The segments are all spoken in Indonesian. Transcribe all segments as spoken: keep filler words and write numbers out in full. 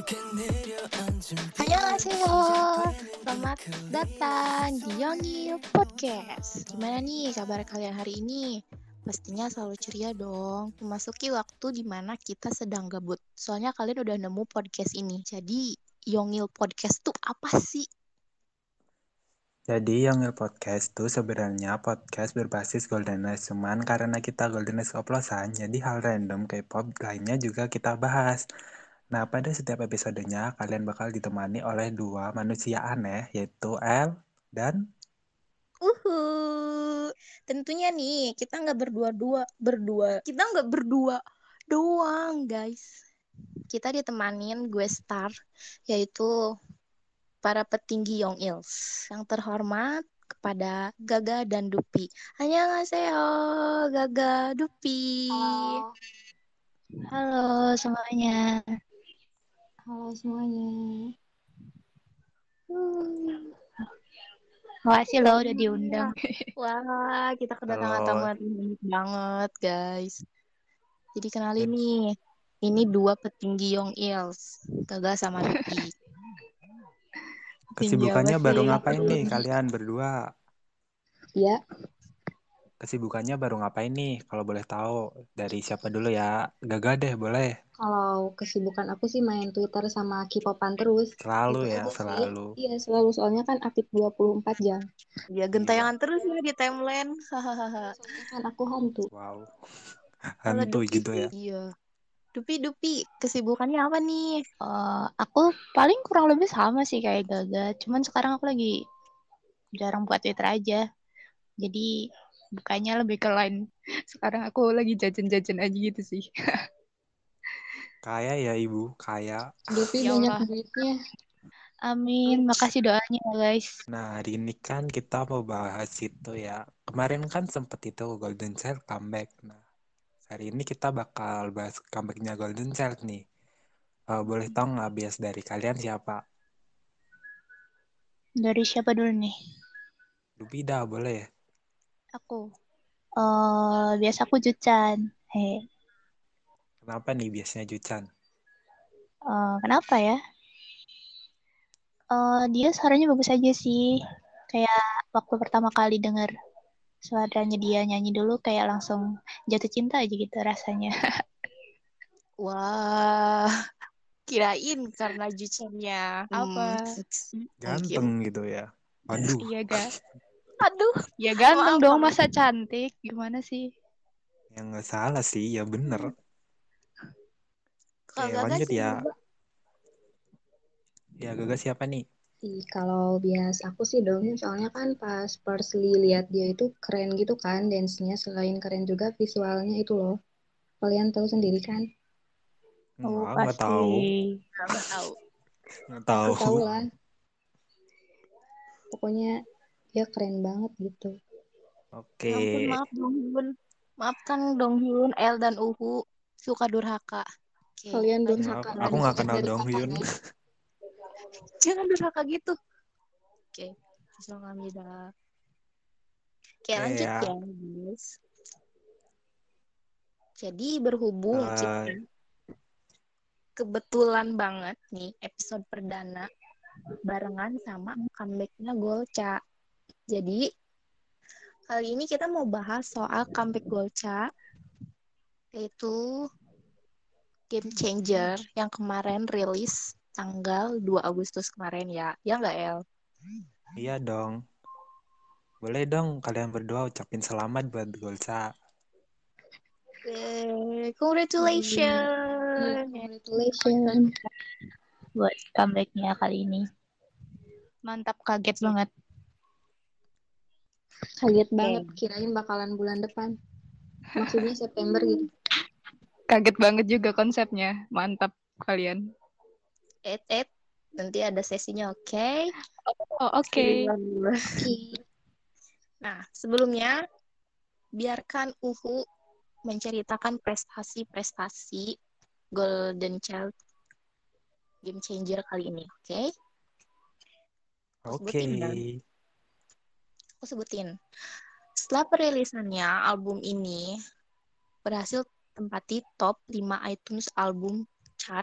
Annyeonghaseyo, selamat datang di Yongil Podcast. Gimana nih kabar kalian hari ini? Pastinya selalu ceria dong. Memasuki waktu dimana kita sedang gabut. Soalnya kalian udah nemu podcast ini. Jadi Yongil Podcast tuh apa sih? Jadi Yongil Podcast tuh sebenarnya podcast berbasis Golden Age. Cuman karena kita Golden Age oplosan, jadi hal random K-pop lainnya juga kita bahas. Nah, pada setiap episodenya, kalian bakal ditemani oleh dua manusia aneh, yaitu El dan... Uhu. Tentunya nih, kita nggak berdua-dua, berdua. Kita nggak berdua doang, guys. Kita ditemanin gue Star, yaitu para petinggi Young Ils yang terhormat kepada Gaga dan Dupi. Annyeonghaseyo, Gaga, Dupi. Halo. Halo semuanya. Halo semuanya. Hmm. Makasih loh udah diundang. Wah, kita kedatangan Halo. tamu yang unik banget, guys. Jadi kenalin nih, ini dua petinggi Young Ils, Gaga sama Dupi. Kesibukannya Tinggi baru apa sih? ngapain nih kalian berdua? Iya. Kesibukannya baru ngapain nih? Kalau boleh tahu dari siapa dulu ya? Gaga deh, boleh. Kalau kesibukan aku sih main Twitter sama K-popan terus. Selalu Itu ya, aja sih. selalu. Iya, selalu soalnya kan aktif dua puluh empat jam. Dia Gila. gentayangan terus ya di timeline. Hahaha. Soalnya kan aku hantu. Wow. Kalau Hantu Dupi gitu sih, ya. iya. Dupi, Dupi, kesibukannya apa nih? Uh, aku paling kurang lebih sama sih kayak Gaga. Cuman sekarang aku lagi jarang buat Twitter aja. Jadi bukannya lebih ke line. Sekarang aku lagi jajan-jajan aja gitu sih. Kaya ya ibu, kaya. Dupi Ya banyak Allah. duitnya. Amin. Makasih doanya guys. Nah, hari ini kan kita mau bahas itu ya. Kemarin kan sempet itu Golden Child comeback. Nah, hari ini kita bakal bahas comebacknya Golden Child nih. Uh, boleh tahu nggak bias dari kalian siapa? Dari siapa dulu nih? Lupida, boleh? Aku. Uh, biasa aku Juchan. Hei. Kenapa nih biasanya Juchan? Uh, kenapa ya? Uh, dia suaranya bagus aja sih. Kayak waktu pertama kali denger suaranya dia nyanyi dulu kayak langsung jatuh cinta aja gitu rasanya. Wah, kirain karena jucernya Apa? hmm, seksi Ganteng mungkin. gitu ya. Waduh. Iya ga? Aduh, Ya ganteng maaf, dong, maaf. masa cantik? Gimana sih? Ya nggak salah sih, ya bener. Kalau Oke, Gaga lanjut ya. siapa? Ya, Gaga siapa nih? Ih, kalau bias aku sih dong, soalnya kan pas Parsley lihat dia itu keren gitu kan, dance-nya selain keren juga visualnya itu loh. Kalian tahu sendiri kan? Oh, Nggak, nggak pasti. tahu. Nggak tahu. Nggak Pasti tahu. tahu lah. Pokoknya dia keren banget gitu. Oke. Ya ampun, maaf Donghyun. Maafkan Donghyun, El dan Uhu suka durhaka. Oke, Kalian lanjut. durhaka, Aku lebih nggak banyak kenal dari Donghyun. kakaknya. Jangan durhaka gitu. Oke, Bismillahirrahmanirrahim. Oke, Oke lanjut ya. ya, guys. Jadi berhubung Uh, kita kebetulan banget nih episode perdana barengan sama comebacknya Golcha. Jadi kali ini kita mau bahas soal comeback Golcha, yaitu Game Changer yang kemarin rilis tanggal dua Agustus kemarin ya. Ya nggak, El? iya dong. Boleh dong kalian berdua ucapin selamat buat Golcha. Eh, Iya, congratulations. congratulations. Buat comebacknya kali ini. Mantap, kaget banget. Kaget Oke. banget, kirain bakalan bulan depan. Maksudnya September gitu. Kaget banget juga konsepnya. Mantap kalian. Et, et. Nanti ada sesinya, oke? Okay? Oh, oke. Okay. Oke. Nah, sebelumnya biarkan Uhu menceritakan prestasi-prestasi Golden Child Game Changer kali ini, oke? Okay? Aku Oke. sebutin kan? Aku sebutin. Setelah perilisannya, album ini berhasil tempati top lima iTunes album chart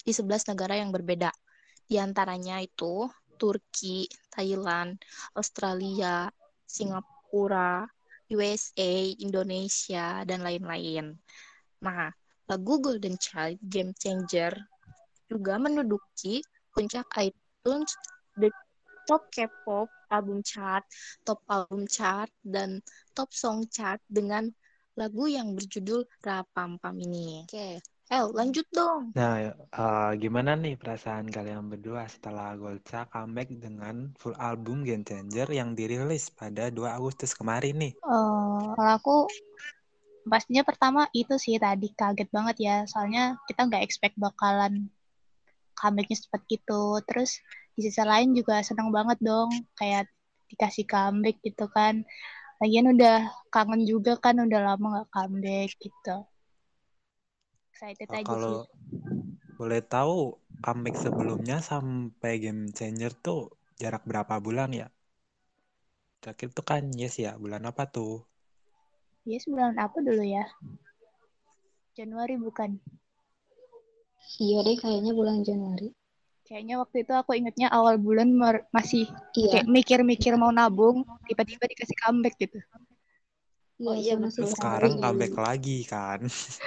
di sebelas negara yang berbeda. Di antaranya itu Turki, Thailand, Australia, Singapura, U S A, Indonesia, dan lain-lain. Nah, lagu Golden Child Game Changer juga menduduki puncak iTunes The Top K-pop Album Chart, Top Album Chart, dan Top Song Chart dengan lagu yang berjudul Rapampam ini. Oke, El, lanjut dong. Nah, eh, gimana nih perasaan kalian berdua setelah Golca comeback dengan full album Game Changer yang dirilis pada dua Agustus kemarin nih? Eh, kalau aku pastinya pertama itu sih tadi kaget banget ya, soalnya kita nggak expect bakalan comebacknya cepat gitu. Terus di sisi lain juga senang banget dong, kayak dikasih comeback gitu kan. Lagian udah kangen juga kan, udah lama nggak comeback gitu. Excited Eh, aja kalau sih. boleh tahu comeback sebelumnya sampai Game Changer tuh jarak berapa bulan ya? Terakhir tuh kan Yes ya, bulan apa tuh? Ya bulan apa dulu ya? Januari bukan? Iya deh, kayaknya bulan Januari. Kayaknya waktu itu aku ingetnya awal bulan mar- masih Iya, kayak mikir-mikir mau nabung, tiba-tiba dikasih comeback gitu. iya Oh iya, sama betul Terus sekali. sekarang comeback lagi kan?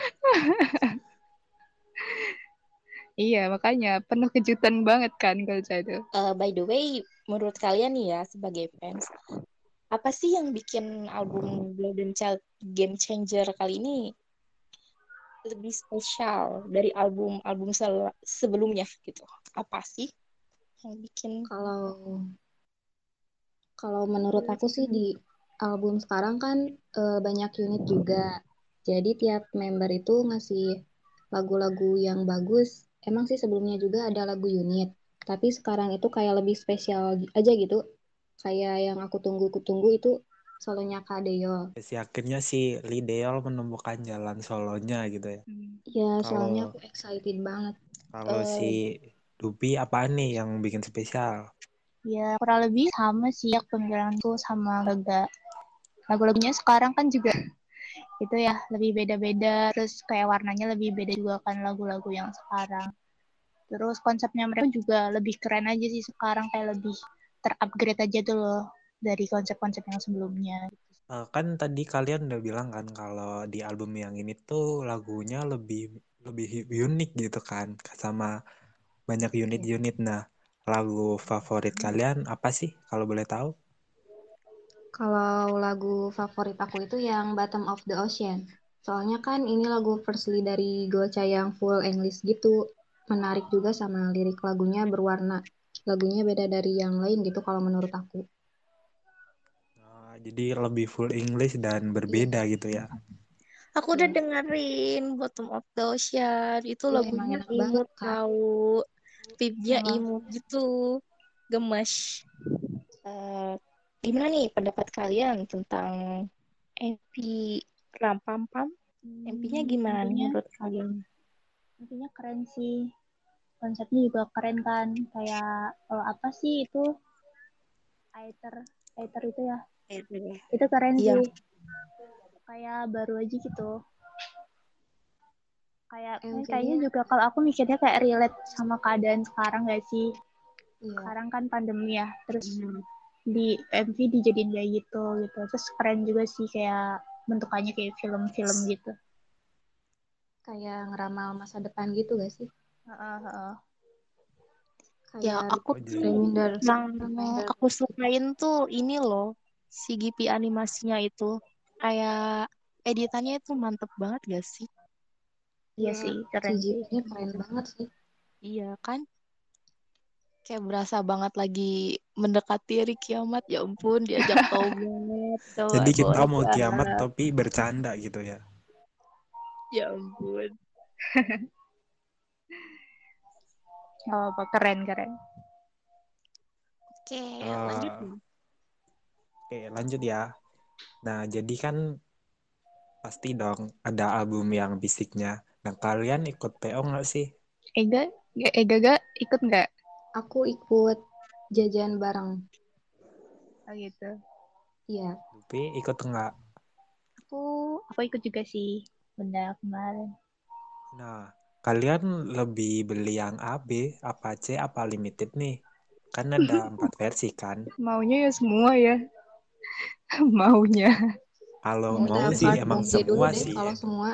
Iya, makanya penuh kejutan banget kan kalau saya itu. Uh, by the way, menurut kalian nih ya sebagai fans, apa sih yang bikin album Golden Child Game Changer kali ini lebih spesial dari album-album sel- sebelumnya gitu? Apa sih yang bikin Kalau kalau menurut aku sih di album sekarang kan eh, banyak unit juga. Jadi tiap member itu ngasih lagu-lagu yang bagus. Emang sih sebelumnya juga ada lagu unit, tapi sekarang itu kayak lebih spesial aja gitu. Kayak yang aku tunggu-tunggu itu solonya Kak Deo. Si akhirnya si Lee Deol menemukan jalan solonya gitu ya. Hmm. Ya, soalnya Kalau aku excited banget. kalau si uh, Dupi apaan nih yang bikin spesial? Ya kurang lebih sama sih ya pemilihanku sama Gaga. Lagu-lagunya sekarang kan juga itu ya lebih beda-beda, terus kayak warnanya lebih beda juga kan lagu-lagu yang sekarang. Terus konsepnya mereka juga lebih keren aja sih sekarang, kayak lebih terupgrade aja tuh loh dari konsep-konsep yang sebelumnya. Eh, kan tadi kalian udah bilang kan kalau di album yang ini tuh lagunya lebih lebih unik gitu kan sama banyak unit-unit. Nah, lagu favorit kalian apa sih kalau boleh tahu? Kalau lagu favorit aku itu yang Bottom of the Ocean. Soalnya kan ini lagu firstly dari Golca yang full English gitu. Menarik juga sama lirik lagunya berwarna. Lagunya beda dari yang lain gitu kalau menurut aku. Nah, jadi lebih full English dan berbeda Iya, gitu ya. aku udah iya. dengerin Bottom of the Ocean. Itu Iya, emang lagunya enak banget, imut Kak. tahu. Vibnya Emang imut gitu. Gemes. Eh, gimana nih pendapat kalian tentang M V Rampampam? M V-nya Hmm, gimana nih intinya menurut kalian? intinya keren sih, konsepnya juga keren kan, kayak eh, apa sih itu Aether Aether itu ya, Eh, itu keren Iya, sih, kayak baru aja gitu, kayak eh, kayaknya M V-nya, juga kalau aku mikirnya kayak relate sama keadaan sekarang gak sih, iya, sekarang kan pandemi ya, terus hmm, di M V dijadiin kayak gitu gitu, terus keren juga sih kayak bentukannya kayak film-film gitu. kayak ngeramal masa depan gitu gak sih? Heeh, heeh. ya Kayak aku Oh, tuh jadi reminder, yang reminder. aku sukain tuh ini loh, C G P animasinya itu kayak editannya itu mantep banget gak sih? Iya Ya, sih keren sih. C G I-nya keren banget sih. Iya kan? Kayak berasa banget lagi mendekati hari kiamat. Ya ampun, diajak taubat, coba jadi kita mau bocah. kiamat tapi bercanda gitu ya. Ya ampun. Oh apa keren keren. Oke, lanjut Eh, nih. Oke, lanjut ya. Nah, jadi kan pasti dong ada album yang fisiknya. Nah, kalian ikut P O nggak sih? Ega Ega gak ikut nggak? Aku ikut jajan bareng. Oh gitu. Iya, Dupi ikut nggak? Aku aku ikut juga sih benda kemarin. Nah, Kalian lebih beli yang A B, apa C, apa limited nih? Kan ada empat versi kan? Maunya ya semua ya. Maunya. Kalau Minta mau Maunya sih card emang Bong J dulu semua deh sih. kalau em- semua.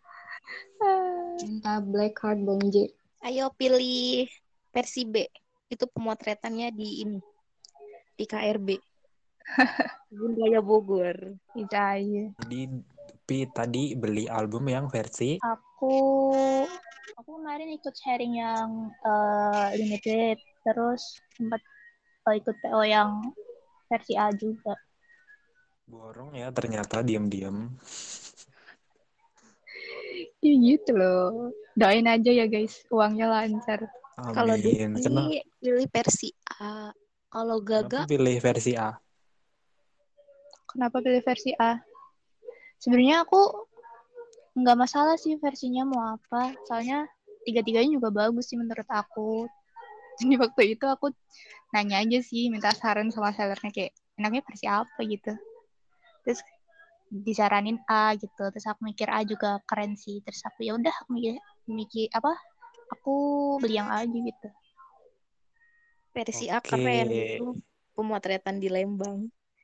Minta black card Bong J. Ayo pilih versi B. Itu pemotretannya di ini, di K R B. Kebun Raya Bogor. Bisa aja. Jadi Dupi tadi beli album yang versi Aku aku kemarin ikut sharing yang eh, limited, terus sempat eh, ikut P O yang versi A juga. borong ya ternyata diam-diam. Ya gitu loh. Doain aja ya guys, uangnya lancar. Kalau Amin. Kenapa, Dupi pilih versi A. Kalau kenapa Gaga, pilih versi A? Kenapa pilih versi A? Sebenarnya aku nggak masalah sih versinya mau apa. Soalnya tiga-tiganya juga bagus sih menurut aku. Jadi waktu itu aku nanya aja sih, minta saran sama sellernya kayak enaknya versi apa gitu. Terus disaranin A gitu. Terus aku mikir A juga keren sih. Terus aku ya udah aku mikir, mikir apa? Aku beli yang A aja gitu. versi A Oke. keren. Itu pemotretan di Lembang.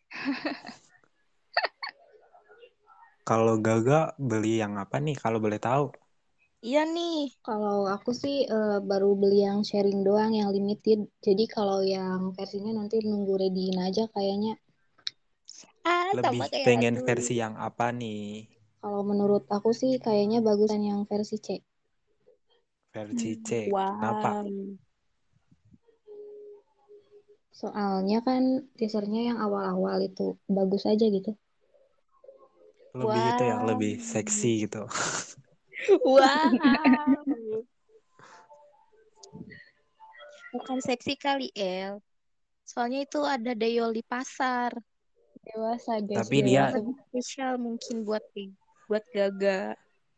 Kalau Gaga beli yang apa nih kalau boleh tahu? Iya nih. Kalau aku sih eh, baru beli yang sharing doang, yang limited. Jadi kalau yang versinya nanti nunggu ready-in aja kayaknya. Ah, Lebih sama kayak pengen aku. versi yang apa nih? Kalau menurut aku sih kayaknya bagusan yang versi C. Versi C. Kenapa? Wow. Soalnya kan teasernya yang awal-awal itu bagus aja gitu. Lebih itu ya, Wow. lebih seksi gitu. Wow. Bukan seksi kali, El. Soalnya itu ada Deyol di pasar. Dewasa guys, Tapi dia dewasa. Lebih spesial mungkin buat buat Gaga.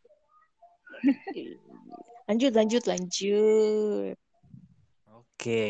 Lanjut, lanjut, lanjut. oke.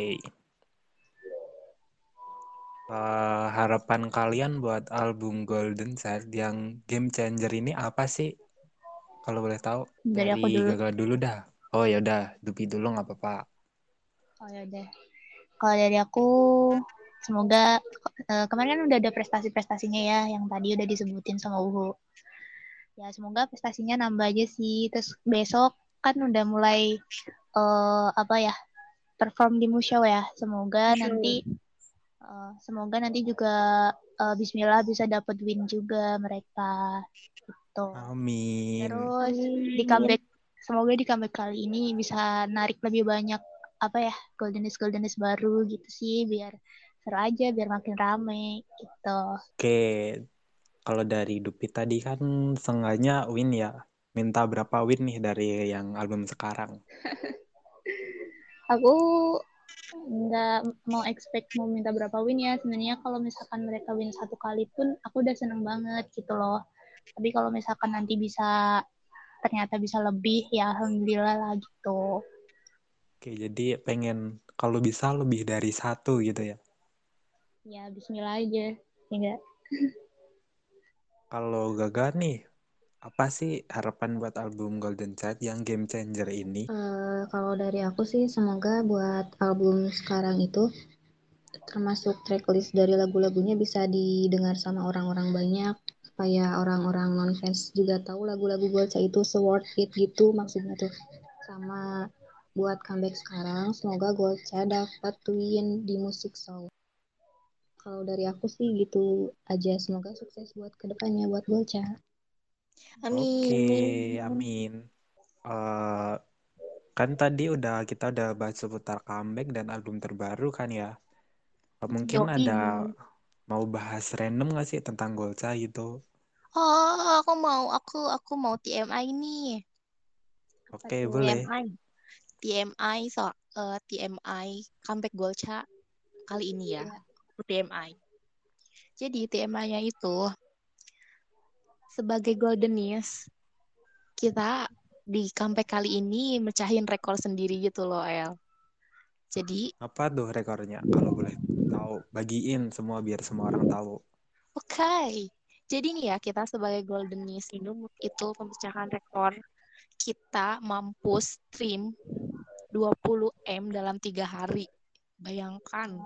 Eh, harapan kalian buat album Golden Child yang Game Changer ini apa sih? Kalau boleh tahu Dari dari aku dulu. Gaga dulu dah. Oh ya udah, Dupi dulu nggak apa-apa. Oh ya udah. Kalau dari aku, semoga eh, kemarin kan udah ada prestasi-prestasinya ya, yang tadi udah disebutin sama Uhu. Ya semoga prestasinya nambah aja sih. Terus besok kan udah mulai eh, apa ya, perform di Musyaw ya. Semoga nanti Show. eh, semoga nanti juga eh, Bismillah bisa dapat win juga mereka gitu. Amin. Terus di Amin. comeback, semoga di comeback kali ini bisa narik lebih banyak apa ya, goldenis goldenis baru gitu sih, biar seru aja, biar makin rame gitu. Oke, kalau dari Dupi tadi kan seenggaknya win ya. Minta berapa win nih dari yang album sekarang? Aku nggak mau expect mau minta berapa win ya. Sebenarnya kalau misalkan mereka win satu kali pun aku udah seneng banget gitu loh. Tapi kalau misalkan nanti bisa ternyata bisa lebih ya alhamdulillah lah gitu. Oke, jadi pengen kalau bisa lebih dari satu gitu ya. Ya Bismillah aja ya enggak. Kalau Gaga nih, apa sih harapan buat album Golden Child yang Game Changer ini? Eh, kalau dari aku sih semoga buat album sekarang itu termasuk tracklist dari lagu-lagunya bisa didengar sama orang-orang banyak supaya orang-orang non fans juga tahu lagu-lagu Golca itu se-worth it gitu maksudnya tuh. Sama buat comeback sekarang semoga Golca dapat win di musik show. Kalau dari aku sih gitu aja, semoga sukses buat kedepannya buat Golca. Oke, Amin. amin. Eh, kan tadi udah kita udah bahas seputar comeback dan album terbaru kan ya. Mungkin Yoi. ada mau bahas random gak sih tentang Golca gitu? Oh, aku mau, aku, aku mau T M I nih. Apa Oke, tuh? boleh. T M I. T M I so eh, T M I comeback Golca kali ini ya. Ya. T M I. Jadi T M I-nya itu sebagai Goldenis, kita di comeback kali ini mecahin rekor sendiri gitu loh, El. Jadi, Apa tuh rekornya? Kalau boleh tahu, bagiin semua biar semua orang tahu. oke. Okay. Jadi nih ya, kita sebagai Goldenis ini itu memecahkan rekor. kita mampu stream dua puluh M dalam tiga hari. Bayangkan.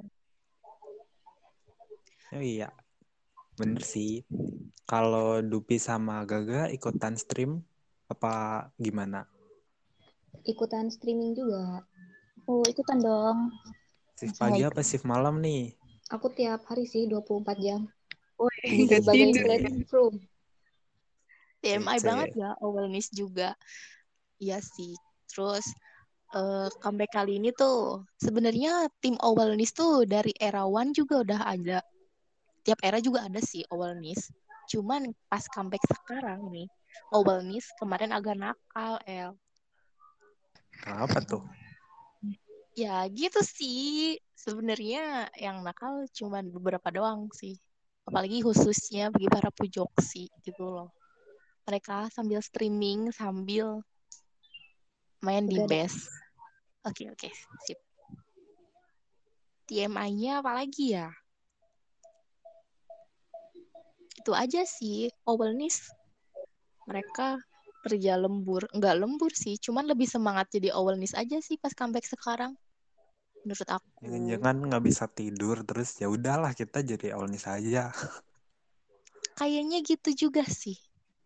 Oh iya, bener sih. Kalau Dupi sama Gaga ikutan stream apa gimana? Ikutan streaming juga. Oh, ikutan dong. Shift Masa nggak pagi ikut? apa shift malam nih? Aku tiap hari sih dua puluh empat jam Woi, di nggak berbagai tidur. platform. T M I banget Kece. ya, awareness juga. Iya sih. Terus uh, comeback kali ini tuh sebenarnya tim awareness tuh dari era One juga udah ada. Tiap era juga ada sih awareness. Cuman pas comeback sekarang nih, awareness kemarin agak nakal, El. Apa tuh? Ya gitu sih. Sebenarnya yang nakal cuman beberapa doang sih. Apalagi khususnya bagi para pujoksi gitu loh. Mereka sambil streaming, sambil main di Begadang. base. Oke, oke, sip. T M I-nya apalagi ya? Itu aja sih. Awareness. Mereka kerja lembur. Enggak lembur sih, cuman lebih semangat jadi awareness aja sih pas comeback sekarang. Menurut aku. Jangan-jangan nggak bisa tidur terus ya udahlah kita jadi awalnis aja. Kayaknya gitu juga sih.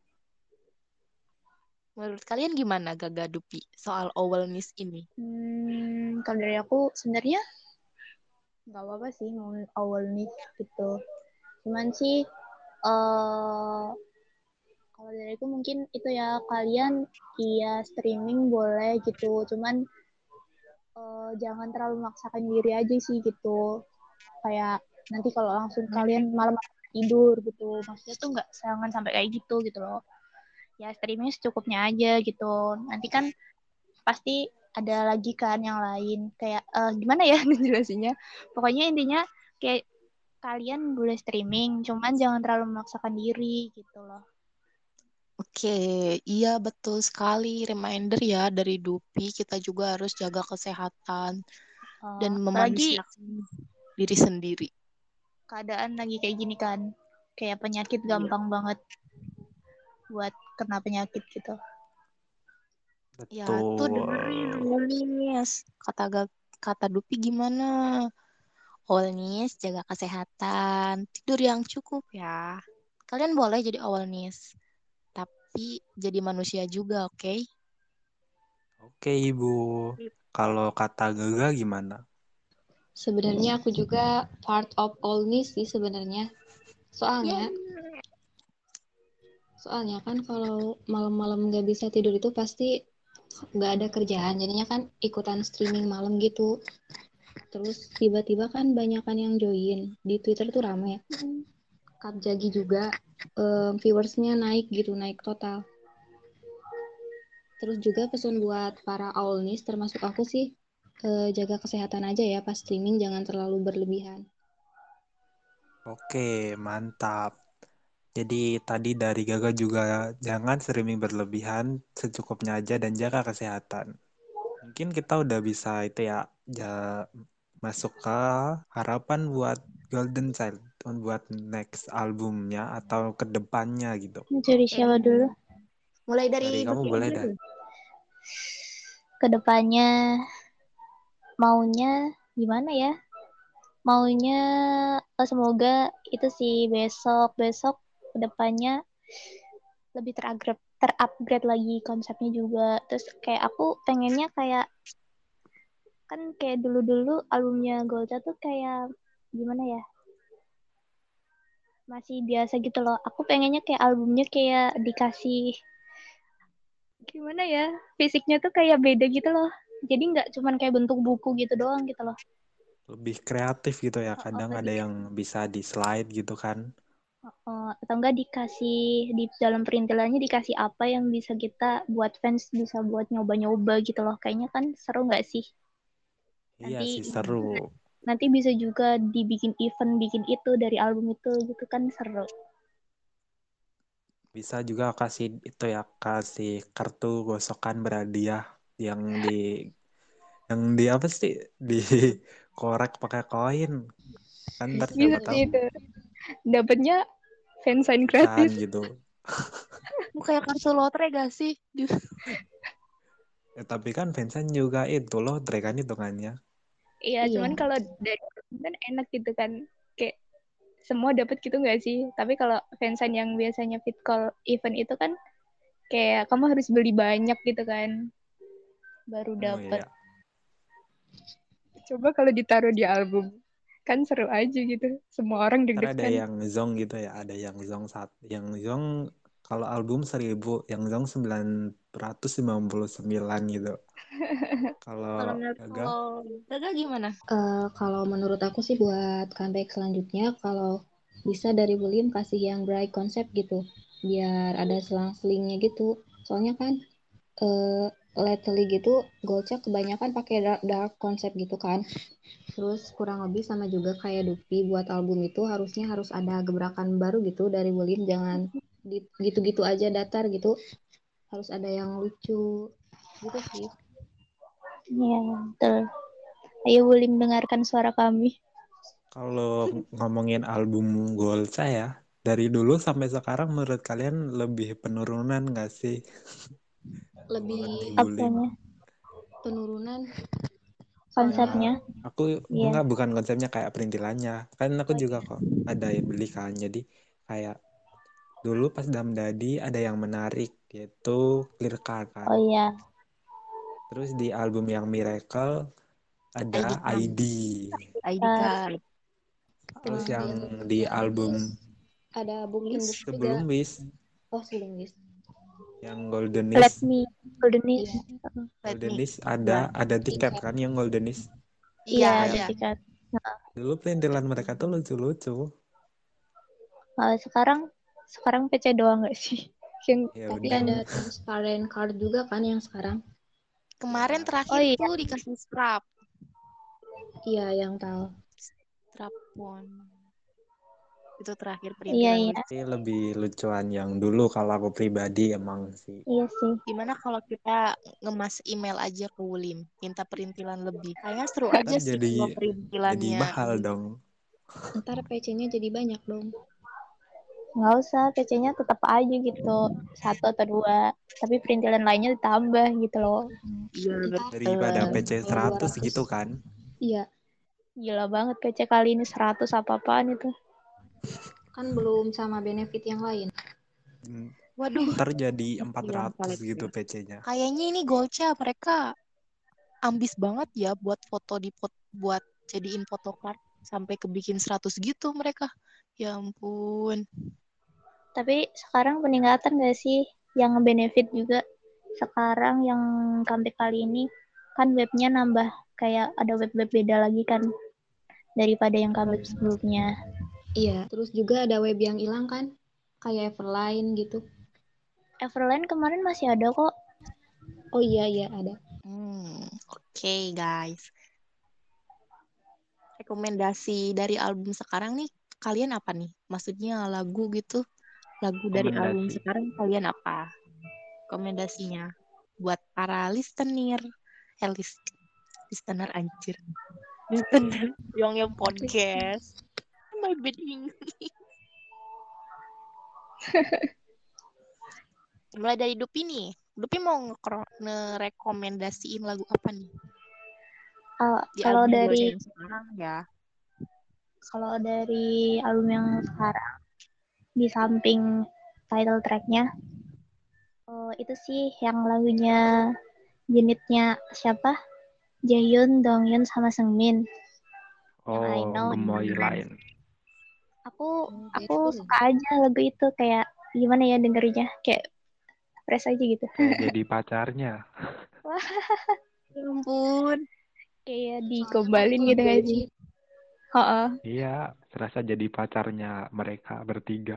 Menurut kalian gimana Gaga Dupi soal awareness ini? Hmm, kalau dari aku sebenarnya nggak apa-apa sih mau awal nih gitu. Cuman sih eh kalau dari aku mungkin itu ya kalian iya streaming boleh gitu. Cuman eh, jangan terlalu memaksakan diri aja sih gitu. Kayak nanti kalau langsung kalian malam tidur gitu. Maksudnya tuh nggak jangan sampai kayak gitu gitu loh. Ya streaming secukupnya aja gitu. Nanti kan pasti ada lagi kan yang lain kayak uh, gimana ya jelasinnya, pokoknya intinya kayak kalian boleh streaming cuman jangan terlalu memaksakan diri gitu loh. Oke, iya betul sekali. Reminder ya dari Dupi, kita juga harus jaga kesehatan dan Uh, apalagi memanusiakan diri sendiri. keadaan lagi kayak gini kan, kayak penyakit Iya. gampang banget buat kena penyakit gitu. Ya, tuh dengerin Betul. Olnis. Kata Ga- kata Dupi gimana? Olnis, jaga kesehatan, tidur yang cukup ya. Kalian boleh jadi Olnis, tapi jadi manusia juga, oke? Okay? Oke Ibu. Kalau kata Gaga gimana? Sebenarnya aku juga part of all this sih sebenarnya. Soalnya, Yeah. soalnya kan kalau malam-malam nggak bisa tidur itu pasti nggak ada kerjaan. Jadinya kan ikutan streaming malam gitu. Terus tiba-tiba kan banyakan yang join. Di Twitter tuh rame. Kap Jagi juga um, viewersnya naik gitu, naik total. Terus juga pesan buat para Aulnis termasuk aku sih, eh, jaga kesehatan aja ya pas streaming, jangan terlalu berlebihan. Oke, mantap. Jadi tadi dari Gaga juga jangan streaming berlebihan, secukupnya aja dan jaga kesehatan. Mungkin kita udah bisa itu ya, ya masuk ke harapan buat Golden Child buat next albumnya atau ke depannya gitu. Dari siapa dulu? Mulai dari Dari kamu Dupi boleh aja dah. deh. Kedepannya maunya gimana ya, maunya eh, semoga itu sih besok besok kedepannya lebih terupgrade terupgrade lagi konsepnya juga. Terus kayak aku pengennya kayak kan kayak dulu-dulu albumnya Golca tuh kayak gimana ya, masih biasa gitu loh. Aku pengennya kayak albumnya kayak dikasih gimana ya, fisiknya tuh kayak beda gitu loh. Jadi nggak cuman kayak bentuk buku gitu doang gitu loh. Lebih kreatif gitu ya, Oh, kadang ada lebih yang bisa di slide gitu kan. uh, atau enggak dikasih di dalam perintilannya dikasih apa yang bisa kita buat fans bisa buat nyoba-nyoba gitu loh. Kayaknya kan seru nggak sih? Iya Nanti sih seru. nanti bisa juga dibikin event bikin itu dari album itu gitu kan seru. Bisa juga kasih itu ya, kasih kartu gosokan berhadiah yang di yang di apa sih? Di korek pakai koin. Kan ntar Bisa siapa Itu tahu sih itu. Dapatnya fansign ikan gratis. gitu. Lu kayak kartu lotre gak sih? Ya, tapi kan fansign juga itu loh, kan hitungannya. Iya, Iya. cuman kalau dari kan enak gitu kan. Kayak semua dapat gitu nggak sih? Tapi kalau fansign yang biasanya fit call event itu kan kayak kamu harus beli banyak gitu kan baru Oh dapat. iya. Coba kalau ditaruh di album kan seru aja gitu. Semua orang Ntar ada deg-degan. yang zong gitu ya, ada yang zong saat yang zong kalau album seribu, yang zong sembilan ratus sembilan puluh sembilan gitu. Kalau Kalau menurut Gaga, kalau Gaga gimana? Eh, kalau menurut aku sih buat comeback selanjutnya, kalau bisa dari William kasih yang bright concept gitu, biar ada selang-selingnya gitu. Soalnya kan eh lately gitu, Golcha kebanyakan pakai dark, dark concept gitu kan. Terus kurang lebih sama juga kayak Dupi buat album itu harusnya harus ada gebrakan baru gitu dari William, jangan di- gitu-gitu aja datar gitu. Harus ada yang lucu gitu sih. Iya, betul. Ayo Wulim dengarkan suara kami. kalau ngomongin album Golca ya, dari dulu sampai sekarang menurut kalian lebih penurunan nggak sih Lebih buat di Wulim? Apanya? penurunan soalnya Konsepnya? Aku Iya. enggak, bukan konsepnya kayak perintilannya. Kan aku oh, juga kok ada yang beli kan. Jadi kayak dulu pas Dam Dadi ada yang menarik yaitu Clear Card kan. Oh iya. Terus di album yang Miracle ada I D card. I D. I D Card. card. Terus eh, yang yang di yang album Wish ada Booking Wish. Book juga. sebelum Wish Oh, sebelum Wish. yang Golden Let List, me Goldenis. Iya, Let Golden me. List Ya. ada ada tiket tiket. kan yang Golden List. Iya, Iya, ada ada. tiket. Dulu perintilan mereka tuh lucu-lucu. Malah sekarang sekarang P C doang nggak sih? Yang Ya Tapi udah. ada transparent card juga kan yang sekarang. Kemarin Ya, terakhir Oh iya. tuh dikasih strap. Iya, yang tahu. Strap pun. Itu terakhir Iya, perintilan iya. Wish. sih lebih lucuan yang dulu kalau aku pribadi emang sih. Iya sih. Gimana kalau kita ngemas email aja ke Wulim, minta perintilan lebih? Kayaknya seru Ntar aja sih jadi kalau jadi perintilannya. mahal dong. Ntar P C-nya jadi banyak dong. Nggak usah, P C-nya tetap aja gitu. Satu atau dua. Tapi perintilan lainnya ditambah gitu loh. Iya, Ntar Daripada betul. P C kalau seratus dua ratus. gitu kan. Iya, Gila banget P C kali ini seratus apa-apaan itu. kan belum sama benefit yang lain. Hmm, Waduh, Ntar jadi yang empat ratus paling gitu P C-nya. kayaknya ini Golcha mereka ambis banget ya buat foto di pot buat jadiin photocard sampai kebikin seratus gitu mereka. Ya ampun. Tapi sekarang peningkatan nggak sih yang benefit juga? Sekarang yang comeback kali ini kan webnya nambah, kayak ada web-web beda lagi kan daripada yang comeback sebelumnya. Iya, terus juga ada web yang hilang kan, kayak Everline gitu. Everline kemarin masih ada kok. Oh iya, iya ada. Hmm, oke guys. Rekomendasi dari album sekarang nih kalian apa nih? Maksudnya lagu gitu. Lagu dari album Rekomendasi. sekarang kalian apa? Rekomendasinya buat para listener, eh, lis- listener anjir. Listener yang yang podcast. My bad English. Mulai dari Dupi nih. Dupi mau ngekro- ngerekomendasiin lagu apa nih? Uh, Di kalau album dari Golden yang sekarang ya. kalau dari album yang sekarang di samping title tracknya, uh, itu sih yang lagunya unitnya siapa? Jaehyun, Donghyun sama Seungmin. Yang I Oh, Know. Gemoy Line. Aku Oh, aku Deadpool. suka aja lagu itu, kayak gimana ya dengerinnya, kayak fresh aja gitu. Kayak jadi pacarnya. Wah, Ya ampun. kayak Soalnya kan digombalin itu gitu gak sih? bucin. Heeh. Iya, serasa jadi pacarnya mereka bertiga.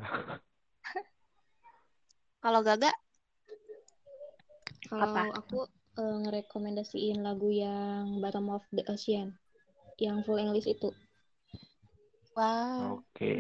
Kalau Gaga Kalau apa? aku eh, ngerekomendasiin lagu yang Bottom of the Ocean, yang full English itu. Wow. Oke.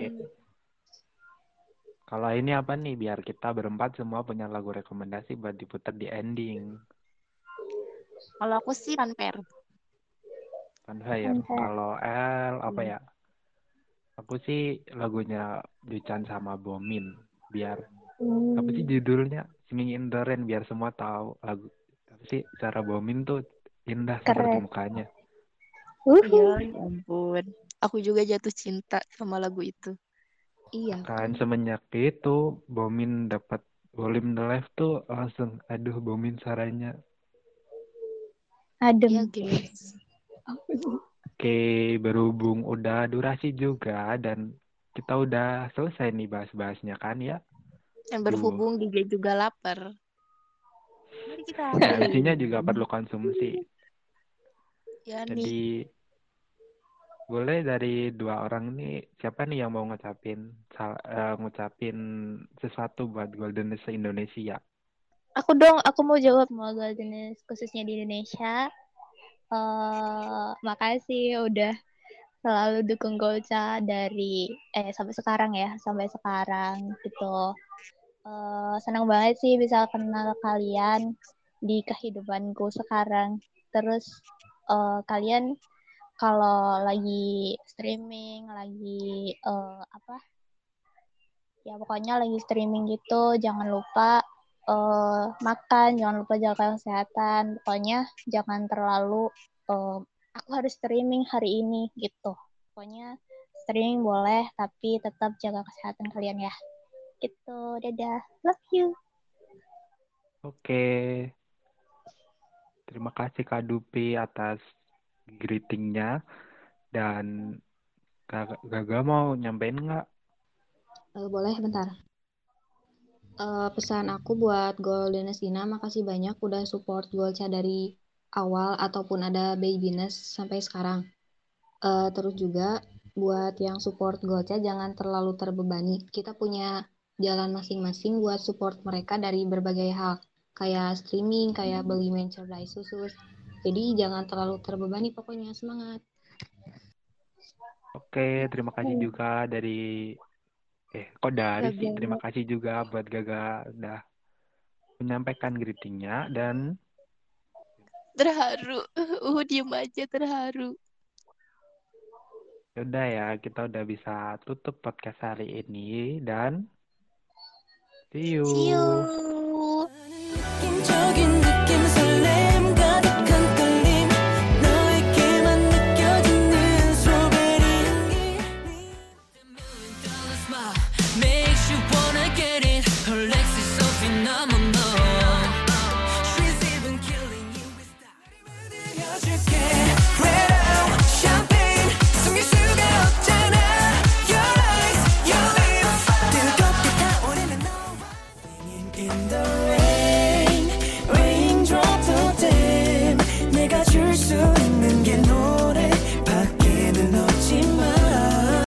Kalau ini apa nih? Biar kita berempat semua punya lagu rekomendasi buat diputar di ending. Kalau aku sih Funfair. Funfire. Kalau L apa ya? Aku sih lagunya Duchan sama Bomin. Biar Apa sih judulnya? Singing in the Rain, biar semua tahu lagu. Apa sih, cara Bomin tuh indah seperti Keren. mukanya. Iya, ya ampun. Aku juga jatuh cinta sama lagu itu. Iya Kan kan. semenjak itu Bomin dapat Volume the Life tuh langsung, aduh Bomin suaranya. Adem. Iya, guys. Oke, berhubung udah durasi juga dan kita udah selesai nih bahas-bahasnya kan ya. Yang Duh, berhubung D J juga lapar. Mari kita ya M C-nya akhiri. juga perlu konsumsi. Ya nih, Jadi boleh dari dua orang ini, siapa nih yang mau ngucapin sal- eh, ngucapin sesuatu buat Golden Indonesia? Aku dong, aku mau jawab mau jenis khususnya di Indonesia. eh makasih udah selalu dukung Golca dari eh sampai sekarang ya, sampai sekarang gitu. Eh senang banget sih bisa kenal kalian di kehidupanku sekarang. Terus eh, kalian kalau lagi streaming, lagi eh, apa? Ya pokoknya lagi streaming gitu, jangan lupa uh, makan, jangan lupa jaga kesehatan. Pokoknya jangan terlalu uh, aku harus streaming hari ini gitu. Pokoknya streaming boleh, tapi tetap jaga kesehatan kalian ya. Gitu, dadah. Love you. Oke, terima kasih Kak Dupi atas greetingnya. Dan Kak Gaga mau nyampein nggak? Eh, boleh bentar. Eh, pesan aku buat Golden Sina, makasih banyak udah support Golca dari awal ataupun ada babyness sampai sekarang. Eh, terus juga buat yang support Golca jangan terlalu terbebani. Kita punya jalan masing-masing buat support mereka dari berbagai hal, kayak streaming, kayak beli merchandise khusus. Jadi jangan terlalu terbebani, pokoknya semangat. Oke, terima kasih juga dari eh kok dari sih? Gagal. Terima kasih juga buat Gaga udah menyampaikan greetingnya dan Terharu. Uh, diem aja terharu. udah ya, kita udah bisa tutup podcast hari ini dan see you. See you. 느낌적인 느낌 설렘 가득한 떨림 너에게만 느껴지는 스트로베리 향기 million dollar smile makes you wanna get it her legs is so phenomenal she's even killing you with style 드려줄게 red out champagne 숨길 수가 없잖아 your eyes your lips 뜨겁게 타오르는 너와 singing in the rain